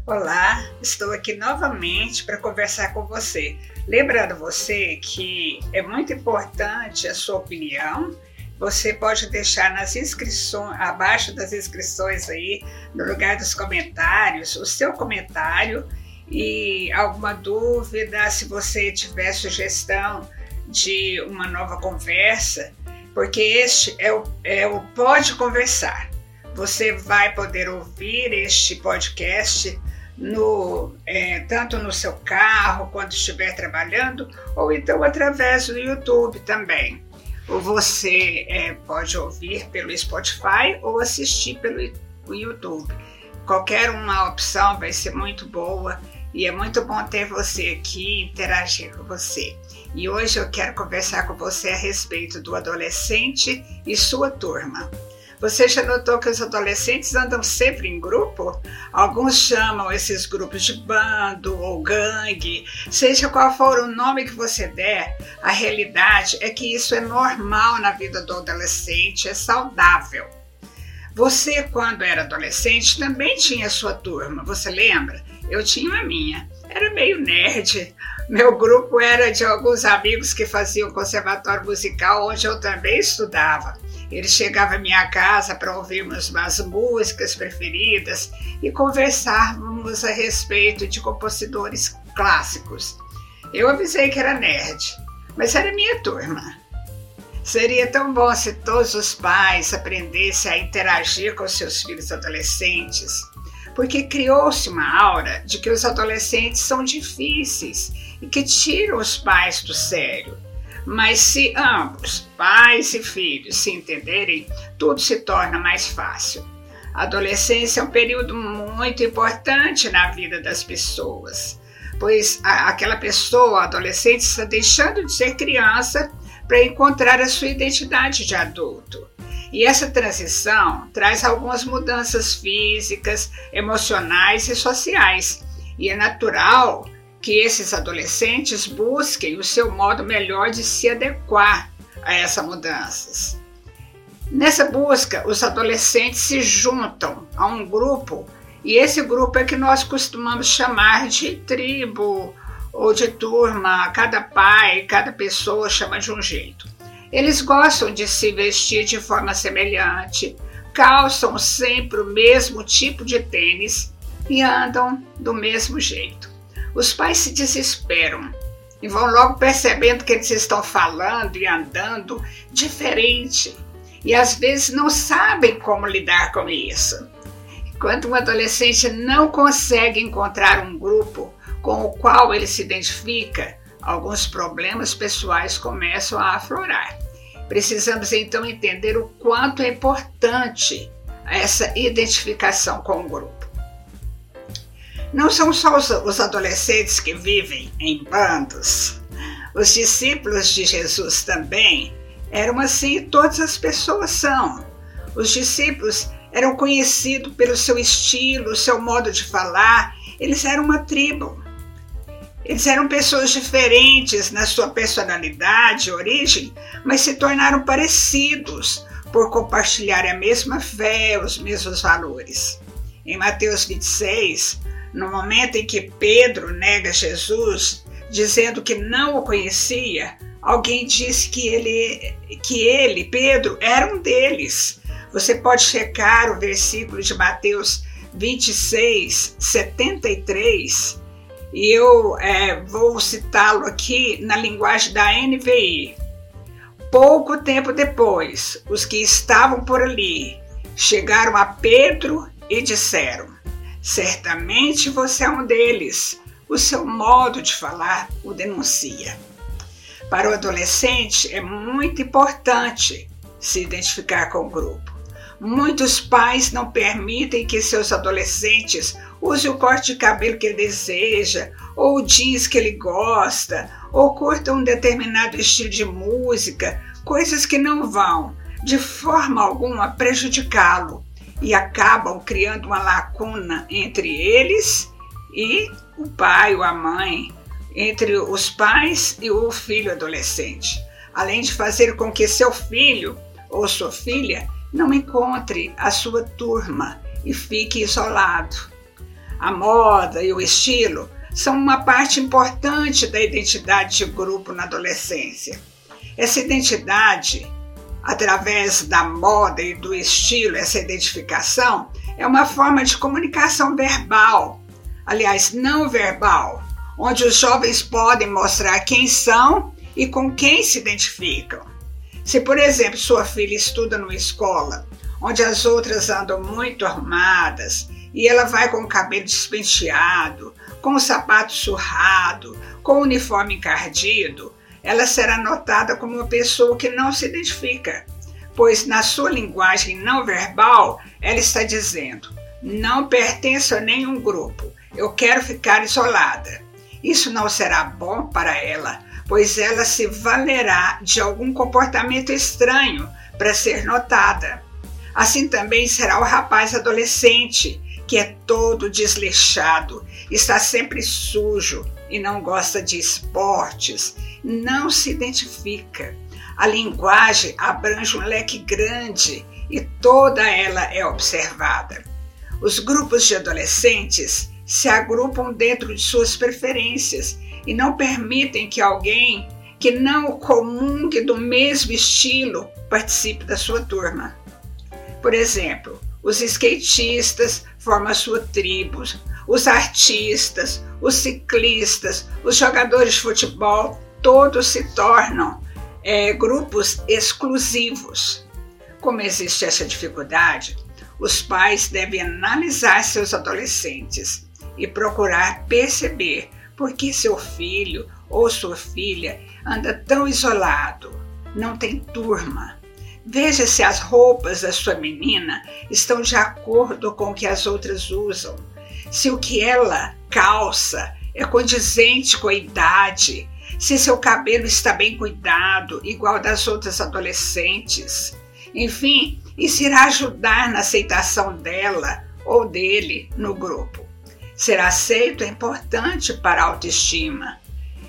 Olá, estou aqui novamente para conversar com você. Lembrando você que é muito importante a sua opinião. Você pode deixar nas inscrições, abaixo das inscrições aí, no lugar dos comentários, o seu comentário e alguma dúvida, se você tiver sugestão de uma nova conversa, porque este é o Pode Conversar. Você vai poder ouvir este podcast tanto no seu carro, quando estiver trabalhando, ou então através do YouTube também. Ou você pode ouvir pelo Spotify ou assistir pelo YouTube. Qualquer uma opção vai ser muito boa e é muito bom ter você aqui e interagir com você. E hoje eu quero conversar com você a respeito do adolescente e sua turma. Você já notou que os adolescentes andam sempre em grupo? Alguns chamam esses grupos de bando ou gangue. Seja qual for o nome que você der, a realidade é que isso é normal na vida do adolescente, é saudável. Você, quando era adolescente, também tinha sua turma, você lembra? Eu tinha a minha. Era meio nerd. Meu grupo era de alguns amigos que faziam conservatório musical, onde eu também estudava. Eles chegavam à minha casa para ouvirmos umas músicas preferidas e conversávamos a respeito de compositores clássicos. Eu avisei que era nerd, mas era minha turma. Seria tão bom se todos os pais aprendessem a interagir com seus filhos adolescentes, porque criou-se uma aura de que os adolescentes são difíceis e que tiram os pais do sério. Mas se ambos, pais e filhos, se entenderem, tudo se torna mais fácil. A adolescência é um período muito importante na vida das pessoas, pois aquela pessoa, adolescente, está deixando de ser criança para encontrar a sua identidade de adulto. E essa transição traz algumas mudanças físicas, emocionais e sociais. E é natural que esses adolescentes busquem o seu modo melhor de se adequar a essas mudanças. Nessa busca, os adolescentes se juntam a um grupo, e esse grupo é que nós costumamos chamar de tribo ou de turma. Cada pai, cada pessoa chama de um jeito. Eles gostam de se vestir de forma semelhante, calçam sempre o mesmo tipo de tênis e andam do mesmo jeito. Os pais se desesperam e vão logo percebendo que eles estão falando e andando diferente e às vezes não sabem como lidar com isso. Quando um adolescente não consegue encontrar um grupo com o qual ele se identifica, alguns problemas pessoais começam a aflorar. Precisamos então entender o quanto é importante essa identificação com o grupo. Não são só os adolescentes que vivem em bandos. Os discípulos de Jesus também eram assim, e todas as pessoas são. Os discípulos eram conhecidos pelo seu estilo, seu modo de falar. Eles eram uma tribo. Eles eram pessoas diferentes na sua personalidade, origem, mas se tornaram parecidos por compartilharem a mesma fé, os mesmos valores. Em Mateus 26, no momento em que Pedro nega Jesus, dizendo que não o conhecia, alguém disse que ele, Pedro, era um deles. Você pode checar o versículo de Mateus 26, 73, e eu vou citá-lo aqui na linguagem da NVI. Pouco tempo depois, os que estavam por ali chegaram a Pedro e disseram: certamente você é um deles. O seu modo de falar o denuncia. Para o adolescente é muito importante se identificar com o grupo. Muitos pais não permitem que seus adolescentes usem o corte de cabelo que ele deseja, ou o jeans que ele gosta, ou curtam um determinado estilo de música, coisas que não vão, de forma alguma, prejudicá-lo. E acabam criando uma lacuna entre eles e o pai ou a mãe, entre os pais e o filho adolescente, além de fazer com que seu filho ou sua filha não encontre a sua turma e fique isolado. A moda e o estilo são uma parte importante da identidade de grupo na adolescência. Essa identidade, através da moda e do estilo, essa identificação, é uma forma de comunicação verbal, aliás, não verbal, onde os jovens podem mostrar quem são e com quem se identificam. Se, por exemplo, sua filha estuda numa escola onde as outras andam muito arrumadas e ela vai com o cabelo despenteado, com o sapato surrado, com o uniforme encardido, ela será notada como uma pessoa que não se identifica, pois na sua linguagem não verbal ela está dizendo: não pertenço a nenhum grupo, eu quero ficar isolada. Isso não será bom para ela, pois ela se valerá de algum comportamento estranho para ser notada. Assim também será o rapaz adolescente, que é todo desleixado, está sempre sujo e não gosta de esportes, não se identifica. A linguagem abrange um leque grande e toda ela é observada. Os grupos de adolescentes se agrupam dentro de suas preferências e não permitem que alguém que não comungue do mesmo estilo participe da sua turma. Por exemplo, os skatistas formam a sua tribo, os artistas, os ciclistas, os jogadores de futebol, todos se tornam grupos exclusivos. Como existe essa dificuldade, os pais devem analisar seus adolescentes e procurar perceber por que seu filho ou sua filha anda tão isolado, não tem turma. Veja se as roupas da sua menina estão de acordo com o que as outras usam, se o que ela calça é condizente com a idade, se seu cabelo está bem cuidado, igual das outras adolescentes. Enfim, isso irá ajudar na aceitação dela ou dele no grupo. Ser aceito é importante para a autoestima,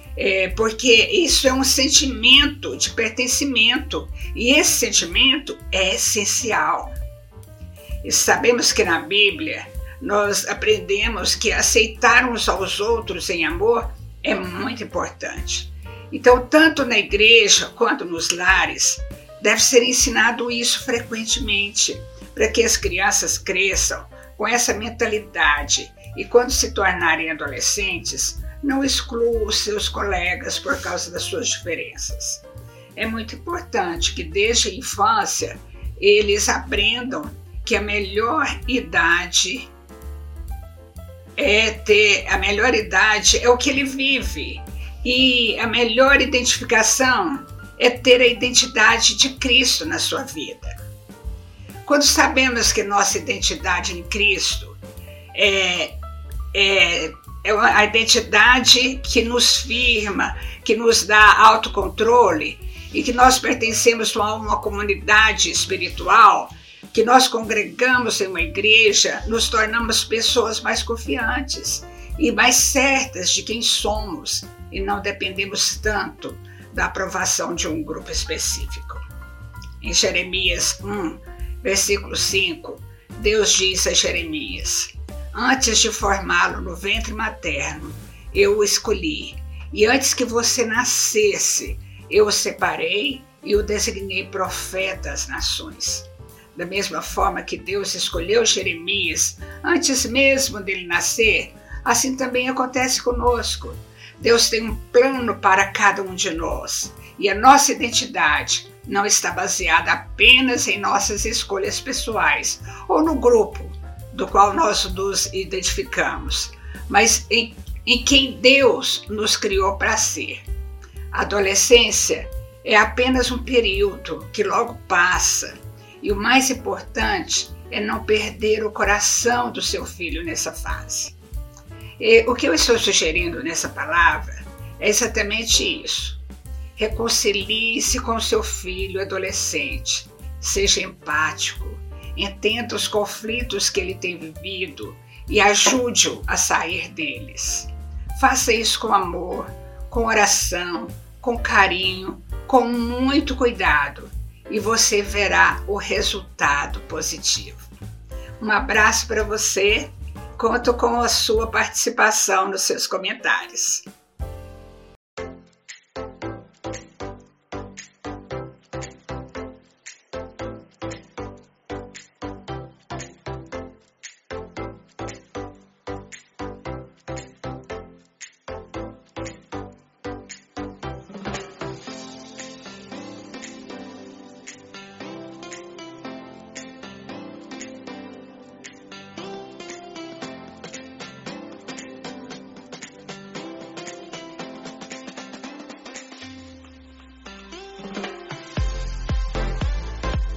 porque isso é um sentimento de pertencimento e esse sentimento é essencial. E sabemos que na Bíblia nós aprendemos que aceitar uns aos outros em amor é muito importante. Então, tanto na igreja quanto nos lares, deve ser ensinado isso frequentemente, para que as crianças cresçam com essa mentalidade e, quando se tornarem adolescentes, não excluam os seus colegas por causa das suas diferenças. É muito importante que desde a infância eles aprendam que a melhor idade é o que ele vive, e a melhor identificação é ter a identidade de Cristo na sua vida. Quando sabemos que nossa identidade em Cristo é a identidade que nos firma, que nos dá autocontrole e que nós pertencemos a uma comunidade espiritual, que nós congregamos em uma igreja, nos tornamos pessoas mais confiantes e mais certas de quem somos e não dependemos tanto da aprovação de um grupo específico. Em Jeremias 1, versículo 5, Deus diz a Jeremias: antes de formá-lo no ventre materno, eu o escolhi, e antes que você nascesse, eu o separei e o designei profeta às nações. Da mesma forma que Deus escolheu Jeremias antes mesmo dele nascer, assim também acontece conosco. Deus tem um plano para cada um de nós, e a nossa identidade não está baseada apenas em nossas escolhas pessoais ou no grupo do qual nós nos identificamos, mas em quem Deus nos criou para ser. A adolescência é apenas um período que logo passa, e o mais importante é não perder o coração do seu filho nessa fase. E o que eu estou sugerindo nessa palavra é exatamente isso. Reconcilie-se com seu filho adolescente, seja empático, entenda os conflitos que ele tem vivido e ajude-o a sair deles. Faça isso com amor, com oração, com carinho, com muito cuidado, e você verá o resultado positivo. Um abraço para você Conto com a sua participação nos seus comentários.